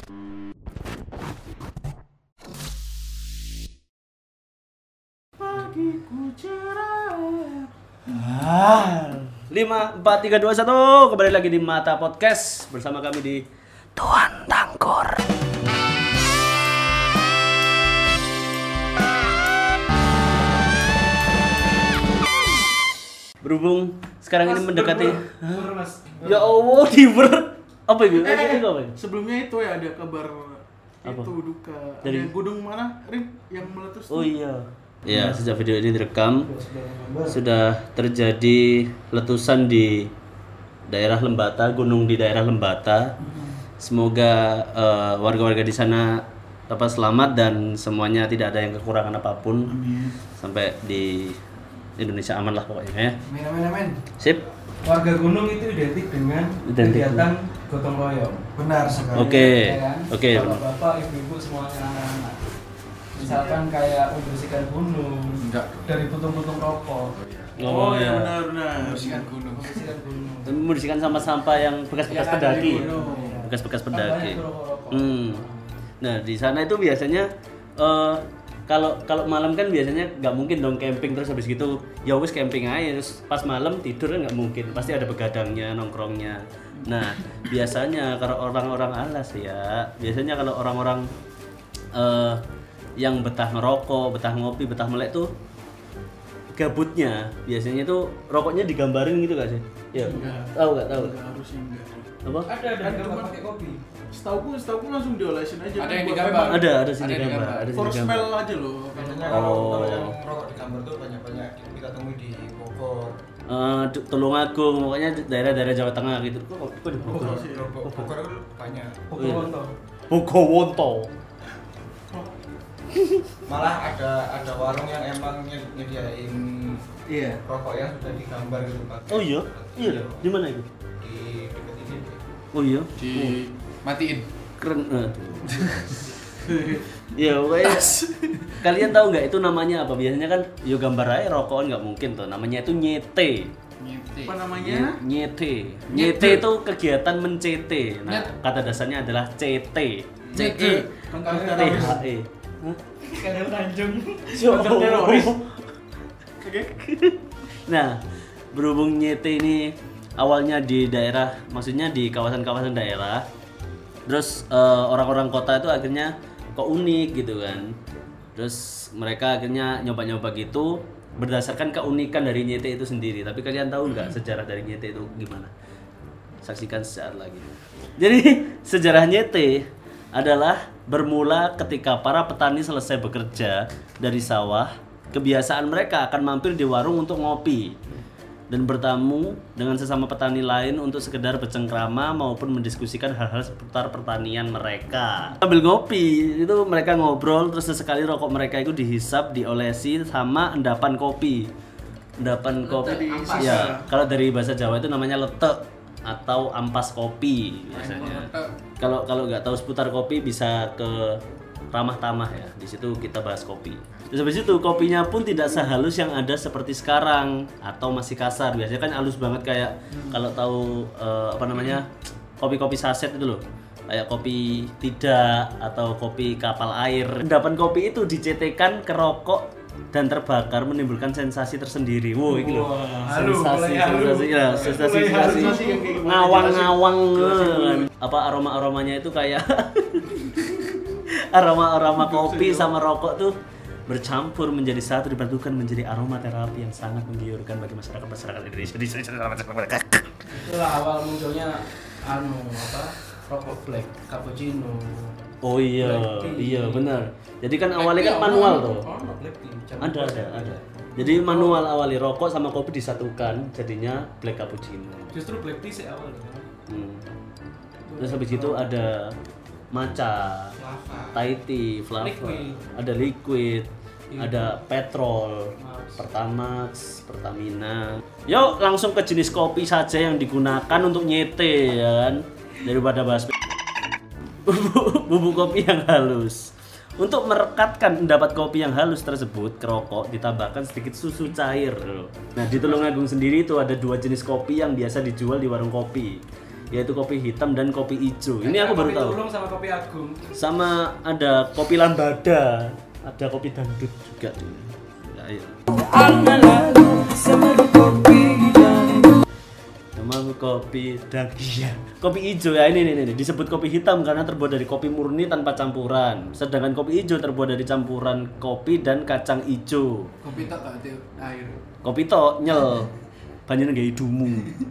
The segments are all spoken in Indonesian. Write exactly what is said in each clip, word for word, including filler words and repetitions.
Pagiku cerah. Ah. lima, empat, tiga, dua, satu. Kembali lagi di Mata Podcast bersama kami di Tuan Tangkor. Berhubung sekarang mas, ini mendekati ber, ber, mas, ber. Ya Allah, diber apa itu? Eh, eh, itu apa? Sebelumnya itu ya ada kabar apa? Itu duka. Dari ada gunung mana, Rin, yang meletus? Oh iya. Ya, sejak video ini direkam sudah terjadi letusan di daerah Lembata, gunung di daerah Lembata. Semoga uh, warga-warga di sana dapat selamat dan semuanya tidak ada yang kekurangan apapun. Amin. Sampai di Indonesia aman lah pokoknya ya. Amin, amin, amin. Sip. Warga gunung itu identik dengan Identik. kegiatan gotong royong. Benar sekali. Oke. Ya kan? Oke. Bapak-bapak, ibu-ibu semuanya anak-anak. Misalkan kayak membersihkan gunung. Enggak. Dari putung-putung rokok. Oh, ya benar benar. Membersihkan gunung. Membersihkan gunung. Membersihkan sampah-sampah yang bekas-bekas Yang ada pendaki. di gunung. Bekas-bekas Kan pendaki. banyak tuh rokok-rokok. Hmm. Nah, di sana itu biasanya eh, kalau kalau malam kan biasanya nggak mungkin dong camping terus habis gitu ya wis camping aja terus pas malam tidur kan nggak mungkin, pasti ada begadangnya, nongkrongnya. Nah, biasanya kalau orang-orang alas ya, biasanya kalau orang-orang eh, yang betah ngerokok, betah ngopi, betah melek tuh gabutnya biasanya tuh rokoknya digambarin gitu gak sih? Ya. Enggak. Tahu nggak tahu? Enggak harus enggak. Apa? Ada ada Kan gambar cuma- pakai kopi. Setauku, setauku langsung diolesin aja. Ada kan, yang buat digambar. memang Ada, ada sini Ada di gambar, gambar. ada sini for gambar. smell aja loh. Biasanya Oh. kalau kalau yang rokok di gambar tuh banyak-banyak kita temui di Bogor. Eh, Tulungagung, pokoknya daerah-daerah Jawa Tengah gitu. Kok kok kok di Bogor? Bogor sih. Bogor Bogor itu banyak. Bogor. Bogowonto. Malah ada ada warung yang emang nyed- nyediain Iya. rokok yang sudah digambar gitu Pak. Oh iya? Iya. Di mana itu? Di dekat ini. Oh iya. Di matiin. Keren. Eh, ya pokoknya kalian tahu nggak itu namanya apa? Biasanya kan yo gambar aja rokokan nggak mungkin tuh. Namanya itu nyete. Nyete. Apa namanya? Nyete. Nyete. Nyete itu kegiatan mencete. Nah, Nyet. kata dasarnya adalah C T. C E Nyete. Kan Kan T H E. Kadang Tanjung. Counter teroris. Oke. Nah, berhubung Nyete ini awalnya di daerah, maksudnya di kawasan-kawasan daerah, terus eh, orang-orang kota itu akhirnya kok unik gitu kan. Terus mereka akhirnya nyoba-nyoba gitu berdasarkan keunikan dari Nyete itu sendiri. Tapi kalian tahu nggak sejarah dari Nyete itu gimana? Saksikan sesaat lagi. Jadi sejarah Nyete adalah bermula ketika para petani selesai bekerja dari sawah. Kebiasaan mereka akan mampir di warung untuk ngopi dan bertamu dengan sesama petani lain untuk sekedar bercengkrama maupun mendiskusikan hal-hal seputar pertanian mereka. Sambil ngopi itu mereka ngobrol, terus sesekali rokok mereka itu dihisap, diolesi sama endapan kopi. Endapan kopi ampas. ya, kalau dari bahasa Jawa itu namanya letek atau ampas kopi biasanya. Kalau kalau nggak tahu seputar kopi bisa ke Ramah Tamah ya. Di situ kita bahas kopi. Terus habis itu kopinya pun tidak sehalus yang ada seperti sekarang atau masih kasar. Biasanya kan halus banget kayak hmm. kalau tahu eh, apa namanya? Kopi-kopi saset itu loh. Kayak kopi tidak atau kopi kapal air. Endapan kopi itu dicetekan ke rokok dan terbakar menimbulkan sensasi tersendiri. Wow, ini loh. Halu, Sensasi, mulai halu. sensasi, ya, sensasi, Mulai halu, sensasi, sensasi yang kayak gimana? ngawang-ngawang. Jelasin dulu. Apa aroma-aromanya itu kayak aroma-aroma kopi sama rokok tuh bercampur menjadi satu, dipadukan menjadi aroma terapi yang sangat menggiurkan bagi masyarakat masyarakat Indonesia. Itulah awal munculnya anu apa? Rokok black cappuccino. Oh iya, Black tea. iya benar. Jadi kan Black awalnya tea kan apa? manual tuh. Oh, no, black tea. Jangan Ada, lupa. ada, ada. Jadi manual awalnya rokok sama kopi disatukan, jadinya black cappuccino. Justru black tea sih awal kan. Hmm. Terus habis itu ada matcha, Lava. Thai tea, flava, Liquid. ada liquid, Iya. ada petrol, Mas. Pertamax, Pertamina. Yuk langsung ke jenis kopi saja yang digunakan untuk nyete ya kan, daripada bahas bubuk, bubuk kopi yang halus. Untuk merekatkan endapan kopi yang halus tersebut ke rokok ditambahkan sedikit susu cair. Nah di Tulungagung sendiri itu ada dua jenis kopi yang biasa dijual di warung kopi. yaitu kopi hitam dan kopi hijau. Ini aku baru kopi tahu. Tulung sama kopi Agung. Sama ada kopi lambada, ada kopi dangdut juga. Ya, iya. Sama kopi dan iya. Kopi hijau ya ini, ini ini disebut kopi hitam karena terbuat dari kopi murni tanpa campuran. Sedangkan kopi hijau terbuat dari campuran kopi dan kacang hijau. Kopi tok gak ada air. Kopi tok nyel. Banyak nggak hidumu.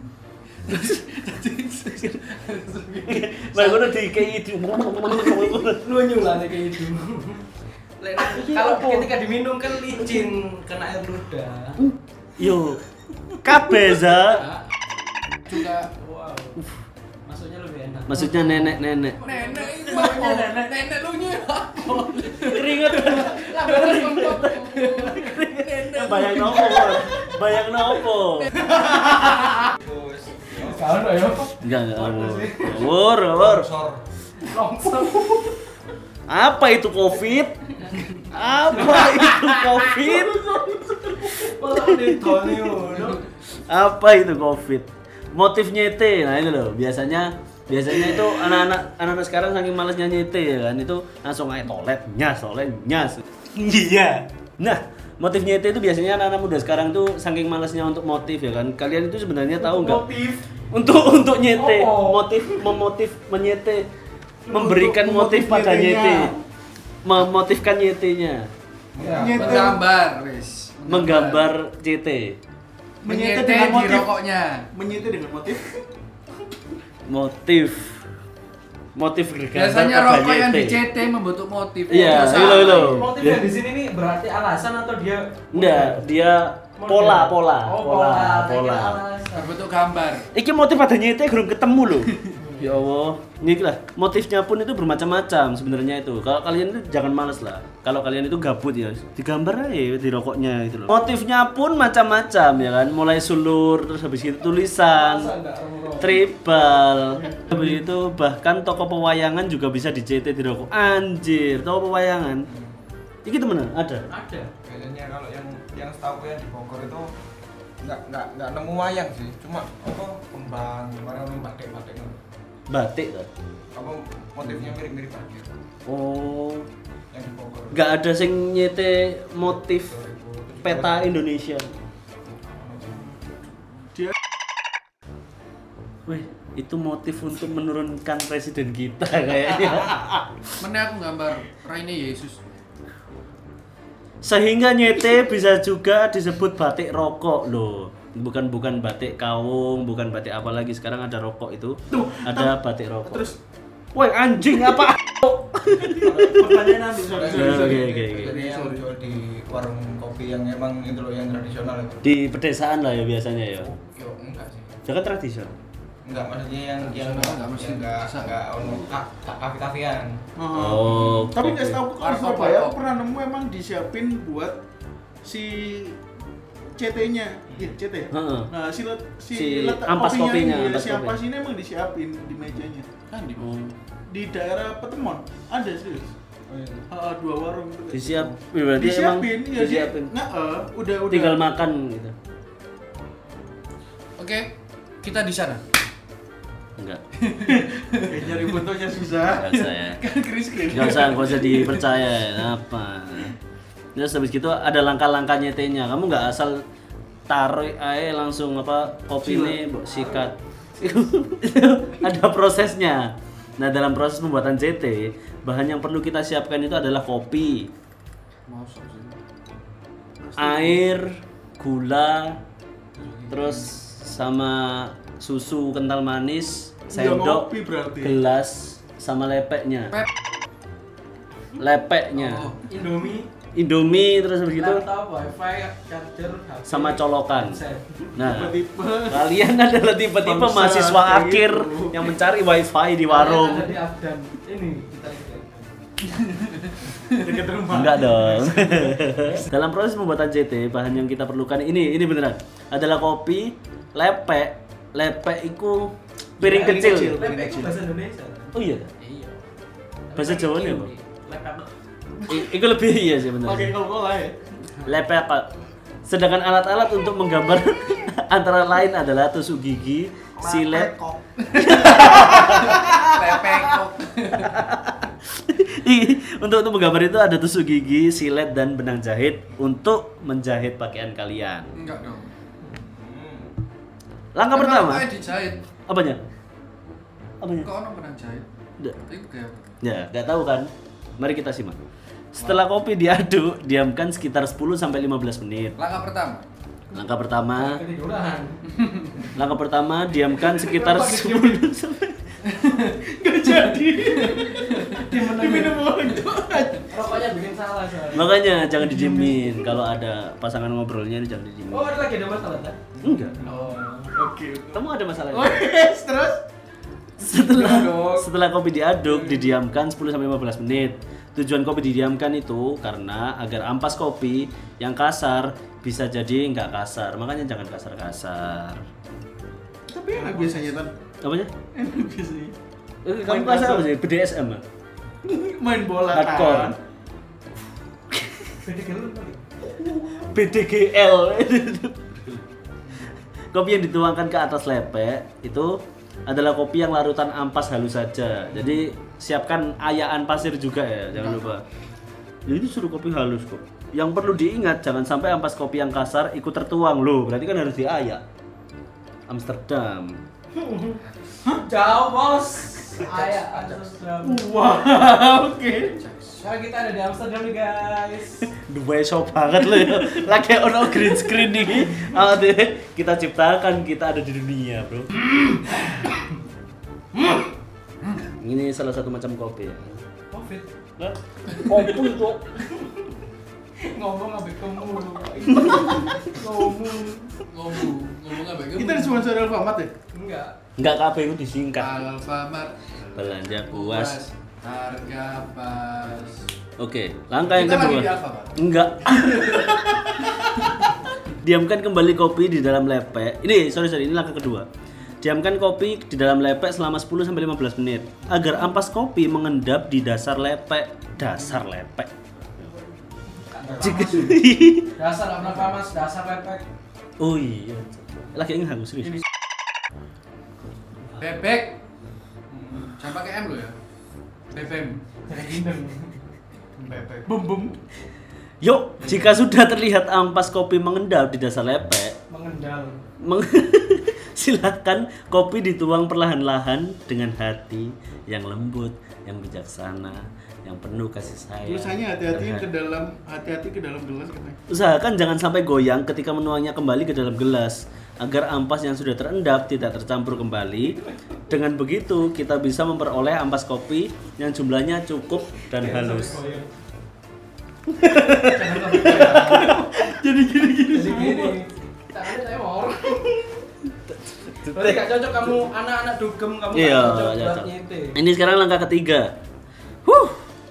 Baru udah di kayak itu. Lu nyulah kayak itu. Kalau ketika diminum kan licin kena air ludah. Yo, kabeza. Juga wow. Maksudnya lebih enak. Maksudnya nenek-nenek. Nenek itu apa? Nenek nenek lu nya apa? Keringet. Lah bener kempot. Bayang nopo, bayang nopo. Kalau ya. Enggak enggak. Wur, wur. Longsor. Apa itu Covid? Apa itu Covid? Apa itu Covid? Motif nyete, nah itu loh. Biasanya biasanya itu anak-anak anak-anak sekarang saking malesnya nyete ya kan, itu langsung aja toilet, nyas, toilet, nyas. Iya. Nah, motif nyete itu biasanya anak-anak muda sekarang tuh saking malesnya untuk motif ya kan. Kalian itu sebenarnya tahu nggak? Motif. Untuk untuk nyete, Oh. motif memotif menyete, memberikan Untuk motif memotif pada nyetenya. nyete. Memotifkan nyetenya. Nyete. Menggambar, wis. Menggambar C T. Menyete Menyete dengan di motif. rokoknya. Menyete dengan motif. Motif. Motif gambar Biasanya pada rokok yang nyete. di C T membentuk motif. Iya, Biasa. ilo ilo. Motifnya di sini nih berarti alasan atau dia Enggak, dia Model. pola pola Oh, pola pola. pola. Berbentuk gambar. Iki motif pada nyete belum ketemu loh. Ya Allah, ini lah motifnya pun itu bermacam-macam sebenarnya itu. Kalau kalian itu jangan males lah. Kalau kalian itu gabut ya, digambar aja di rokoknya itu loh. Motifnya pun macam-macam ya kan, mulai sulur terus habis itu tulisan, tribal, habis itu bahkan toko pewayangan juga bisa di C T di rokok. Anjir, toko pewayangan. Iki temenan ada. ada. Biasanya kalau yang yang setahu yang di Bogor itu nggak nggak nggak nemu wayang sih, cuma apa kembang, gimana nih batik-batik. Batik kan. Apa motifnya mirip-mirip batik. Oh, Yang di Bogor. nggak ada sing nyete motif peta Indonesia. Dia Wih, itu motif untuk menurunkan presiden kita kayaknya. mana aku gambar Raine Yesus. Sehingga nyete bisa juga disebut batik rokok loh. Bukan bukan batik kawung, bukan batik apa lagi. Sekarang ada rokok itu. Tuh, Ada batik rokok. Terus woi anjing apa? pertanyaan nanti sorry, sorry, Oke, sorry. oke, oke. Jadi yang jual di warung kopi yang emang itu loh yang tradisional itu. Di pedesaan lah ya biasanya ya. Yo enggak sih. Jangan tradisional. Enggak, maksudnya yang yang Enggak, enggak mesti enggak bisa. enggak ono ka- ka- kafe-kafean. Oh, Tapi kopi. nggak tahu kalau Warkop, Surabaya aku warkop. pernah nemu emang disiapin buat si C T-nya, ya C T ya. Heeh. Nah si let, si, Si letak ampas kopinya, ini, ampas si kopi. ampas ini emang disiapin di mejanya. Kan di, Oh. di daerah Petemon ada serius. Oh iya. Ah, dua warung gitu. Disiap, berarti emang Disiapin, iya dia. disiapin. Nah, eh, udah udah. Tinggal makan gitu. Oke, kita di sana. Enggak. Eh, nyari fotonya susah. Enggak usah ya. Kan Chris Chris. Enggak usah, enggak usah dipercaya. Apa? Terus habis gitu ada langkah-langkah nyetenya. Kamu nggak asal taruh aja langsung apa kopi ini mbok sikat. Ada prosesnya. Nah, dalam proses pembuatan C T, bahan yang perlu kita siapkan itu adalah kopi, Masuk sih. air, gula, terus sama susu kental manis, Udah sendok, ngopi berarti. gelas, sama lepeknya. Pep. Lepeknya. Oh, Indomie, Indomie terus habis gitu laptop, wifi, charger, H P, sama colokan. headset. Nah, Tipe-tipe. kalian adalah tipe-tipe Bangsa, mahasiswa kayak akhir gitu. yang mencari wifi di warung. Kalian ada di Afdan. Ini kita lihat. Dekat rumah. Enggak dong. Dalam proses pembuatan C T, bahan yang kita perlukan ini, ini beneran adalah kopi, lepek. Lepek itu piring Piring kecil. kecil. Lepek itu bahasa Indonesia. Oh iya. Iya. Bahasa Jawa nih, Bang? Lepek. I- Itu lebih iya sih Pakai bener. Coca-Cola ya. Lepek. Sedangkan alat-alat untuk menggambar antara lain adalah tusuk gigi, silet. Lepekok. Untuk untuk menggambar itu ada tusuk gigi, silet dan benang jahit untuk menjahit pakaian kalian. Enggak dong. Langkah pertama. Kayak dijahit. Apanya? Apanya? Kok ono benang jahit? Nggak. Itu kayak apa? Ya, nggak tahu kan? Mari kita simak. Setelah kopi diaduk, diamkan sekitar sepuluh sampai lima belas menit. Langkah pertama. Langkah pertama, Ketiduran. langkah pertama diamkan sekitar sepuluh sampai Gak jadi. Diminum orang Rokoknya bikin salah soalnya. Makanya jangan dijamin kalau ada pasangan ngobrolnya ini jangan dijamin. Oh, ada lagi ada masalah tak? Enggak. Oh. Oke. Kamu ada masalah? Oh, yes, terus Setelah setelah kopi diaduk, didiamkan sepuluh sampai lima belas menit. Tujuan kopi didiamkan itu karena agar ampas kopi yang kasar bisa jadi nggak kasar. Makanya jangan kasar-kasar. tapi enak biasanya kan. Apanya? Enak biasanya. Eh, Kamu kasar apa sih? B D S M? ah? Main bola Hardcore. kan. B D G L. Kopi yang dituangkan ke atas lepek itu adalah kopi yang larutan ampas halus saja. Jadi siapkan ayaan pasir juga ya, jangan lupa. Jadi suruh kopi halus kok. Yang perlu diingat jangan sampai ampas kopi yang kasar ikut tertuang loh. Berarti kan harus diayak. Amsterdam. Jauh, Bos. Ayah Amsterdam. Wah, oke. Sekarang kita ada di Amsterdam nih, guys. Dubai shop banget loh ya. Lagi ono green screen nih. Ah, deh, kita ciptakan kita ada di dunia, Bro. Ini salah satu macam kopi ya. Covid. Lah, kopi itu Ngomong ambek kamu. Ngomong. Ngomong, ngomong apa? Kita disponsori Alfamart ya? Enggak. enggak K P U disingkat. Alfamart. Belanja puas. Harga pas. Oke, langkah yang Kita lagi kedua. di Alfamart. Enggak. Diamkan kembali kopi di dalam lepek. Ini, sorry sorry, ini langkah kedua. Diamkan kopi di dalam lepek selama sepuluh sampai lima belas menit agar ampas kopi mengendap di dasar lepek. Dasar lepek. Jika Dasar nggak pernah panas, dasar lepek. Oh iya. Lagi ingin hangus serius. Bebek. Jangan pakai M lo ya. Bebem. Bebek. Bum bum. Yuk, jika sudah terlihat ampas kopi mengendap di dasar lepek, Mengendal. meng- silahkan kopi dituang perlahan-lahan dengan hati yang lembut, yang bijaksana, yang penuh kasih sayang. Tulisannya hati-hati dan ke dalam hati-hati ke dalam gelas katanya. Usahakan jangan sampai goyang ketika menuangnya kembali ke dalam gelas agar ampas yang sudah terendap tidak tercampur kembali. Dengan begitu kita bisa memperoleh ampas kopi yang jumlahnya cukup dan halus. Jadi gini-gini Jadi gini. Tangannya tremor. Berarti gak cocok kamu anak-anak dugem kamu gak Iya, cocok buat cocok. nyete. Ini sekarang langkah ketiga. Huh.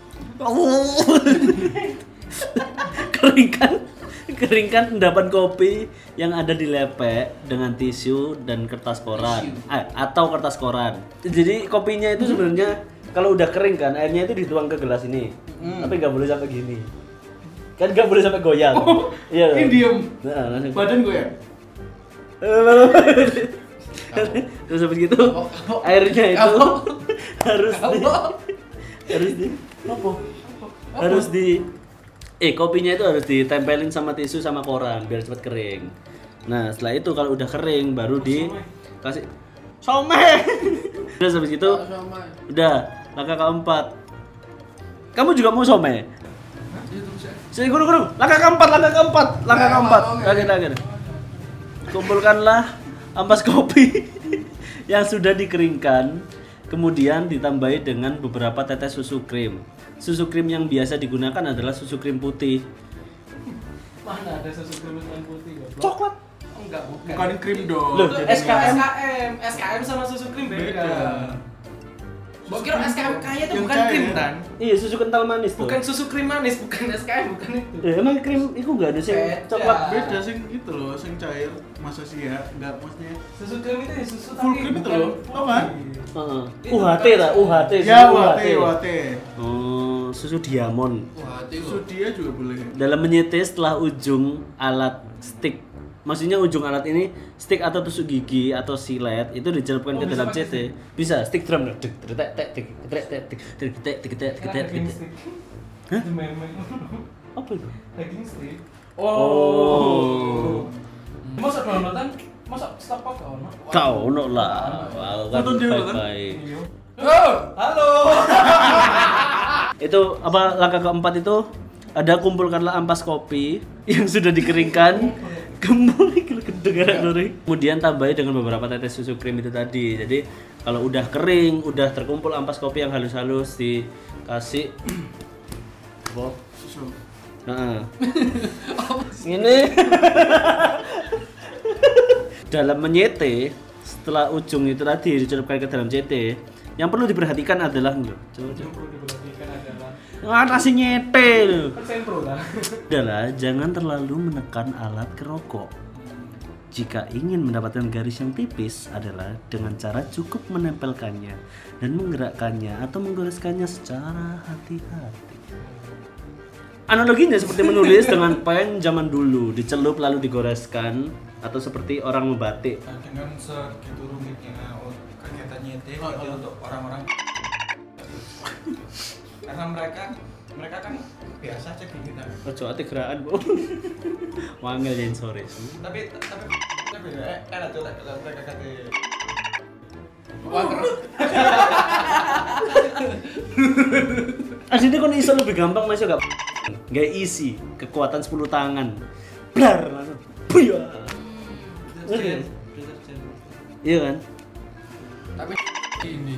keringkan keringkan endapan kopi yang ada di lepek dengan tisu dan kertas koran eh, atau kertas koran. Jadi kopinya itu sebenarnya kalau udah kering kan airnya itu dituang ke gelas ini, Hmm. tapi nggak boleh sampai gini. Kan nggak boleh sampai goyang. Oh, Iya. ini diem. Nah, langsung. Badan gue ya? Terus habis gitu airnya itu harus di harus di apa? Harus di eh kopinya itu harus ditempelin sama tisu sama koran biar cepat kering. Nah, setelah itu kalau udah kering baru dikasih some. Terus habis itu Sama. udah langkah keempat. Kamu juga mau some? Iya terus ya. Sini guru-guru, langkah keempat, langkah keempat, langkah Nah, keempat. oke. Terakhir, terakhir. Kumpulkanlah ampas kopi yang sudah dikeringkan, kemudian ditambahi dengan beberapa tetes susu krim. Susu krim yang biasa digunakan adalah susu krim putih. Mana ada susu krim hitam putih goblok? Coklat. Enggak, bukan. Bukan krim dong. Loh, Itu jadi S K M. S K M, S K M sama susu krim beda. Beda. Mbok kira S K M kaya itu Yang bukan cair. krim kan? Iya, susu kental manis tuh. Bukan susu krim manis, bukan S K M, bukan itu. Eh, emang krim itu enggak ada sih Beda. coklat. Beda sih gitu loh, sing cair. Masa sih ya? Enggak maksudnya. Susu krim itu ya susu Full tapi krim itu bukan loh. putih. Apaan? Heeh. Itu U H T bukan lah, susu. U H T. Ya, susu U H T, U H T. Oh, susu diamond. Wah, hati lo. Sudia juga boleh. Dalam menyete setelah ujung alat stick maksudnya ujung alat ini stick atau tusuk gigi atau silet itu dicelupkan Oh, ke bisa dalam pakai C T. Bisa stick drum dek tek tek tek tek tek tek tek tek tek tek tek tek tek. Hah? Apa itu? Daging stick. Oh. Masa downloadan, masa stop kok ono? Kau ono lah. Wow, kan Nonton dulu, kan? baik. Oh, halo. Itu apa langkah keempat itu ada kumpulkanlah ampas kopi yang sudah dikeringkan. Kembali ke kedengaran Nuri. Kemudian tambahi dengan beberapa tetes susu krim itu tadi. Jadi kalau udah kering, udah terkumpul ampas kopi yang halus-halus dikasih apa? Susu. Nah. Ini dalam menyete setelah ujung itu tadi dicelupkan ke dalam C T, yang perlu diperhatikan adalah enggak. Coba Yang perlu diperhatikan adalah ngatasi nyete loh. persen pro lah. Adalah jangan terlalu menekan alat kerokok. Jika ingin mendapatkan garis yang tipis adalah dengan cara cukup menempelkannya dan menggerakkannya atau menggoreskannya secara hati-hati. Analoginya seperti menulis dengan pen zaman dulu, dicelup lalu digoreskan atau seperti orang membatik. Nah, dengan segitu rumitnya oh, kegiatan nyete berarti untuk orang-orang karena mereka mereka kan biasa cek gini kan. Ojo ate gerakan, Bu. Wangel yen sore. Tapi tapi tapi eh, enak tuh lah kalau mereka kata Wah, terus. Aslinya kon iso lebih gampang masuk gak? Gak isi kekuatan sepuluh tangan. Blar langsung. Buya. Iya kan? Tapi ini.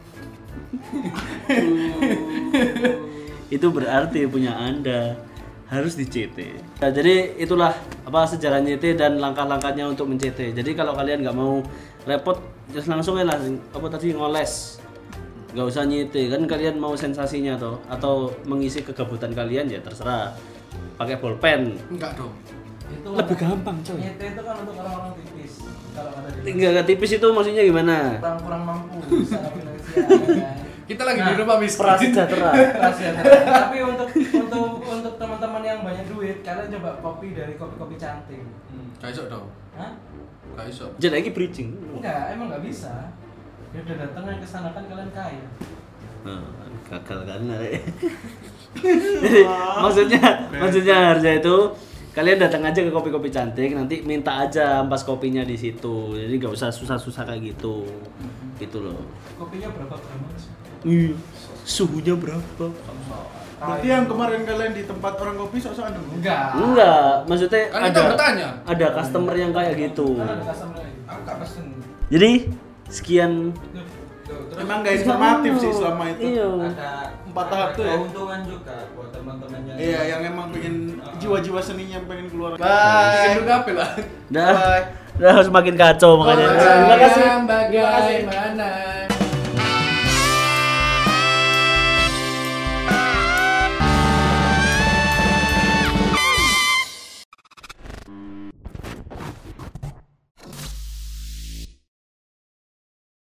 Itu berarti punya Anda harus di C T. Nah, jadi itulah apa sejarah C T dan langkah-langkahnya untuk men-C T. Jadi kalau kalian nggak mau repot, just langsung aja lah apa tadi ngoles. Nggak usah nyete kan kalian mau sensasinya toh atau mengisi kegabutan kalian ya terserah. Pakai bolpen. Enggak dong. Itu Lebih gampang, coy. Nyete itu kan untuk orang-orang tipis. Kalau ada di Tinggal tipis itu maksudnya gimana? kurang kurang mampu secara finansial kan. Kita lagi Nah, di rumah miskin. Prasejahtera. Prasejahtera. Tapi untuk untuk untuk teman-teman yang banyak duit, kalian coba kopi dari kopi-kopi cantik. Gak iso dong. Hah? Gak iso. Jadi lagi bridging. Enggak, emang nggak bisa. Ya udah datang ke sana kan kalian kaya. Nah, gagal kan Arek. Jadi maksudnya maksudnya harusnya itu kalian datang aja ke kopi-kopi cantik, nanti minta aja ampas kopinya di situ. Jadi nggak usah susah-susah kayak gitu. Gitu loh. Kopinya berapa gram sih? Iya. Suhunya berapa? Berarti yang kemarin kalian di tempat orang kopi sok-sokan dong? Enggak. Enggak, maksudnya Kan ada kita bertanya. ada customer yang kayak gitu. Kan ada customer lagi. aku gak pesen. Jadi sekian Tuh, terus Emang gak informatif sih selama itu. Iya. ada Empat tahap tuh ya? keuntungan juga buat teman-teman yang Iya, yang emang pengen jiwa-jiwa seninya pengen keluar. Bye. Apa lah? Dah, dah semakin kacau makanya. Terima kasih. Bagaimana?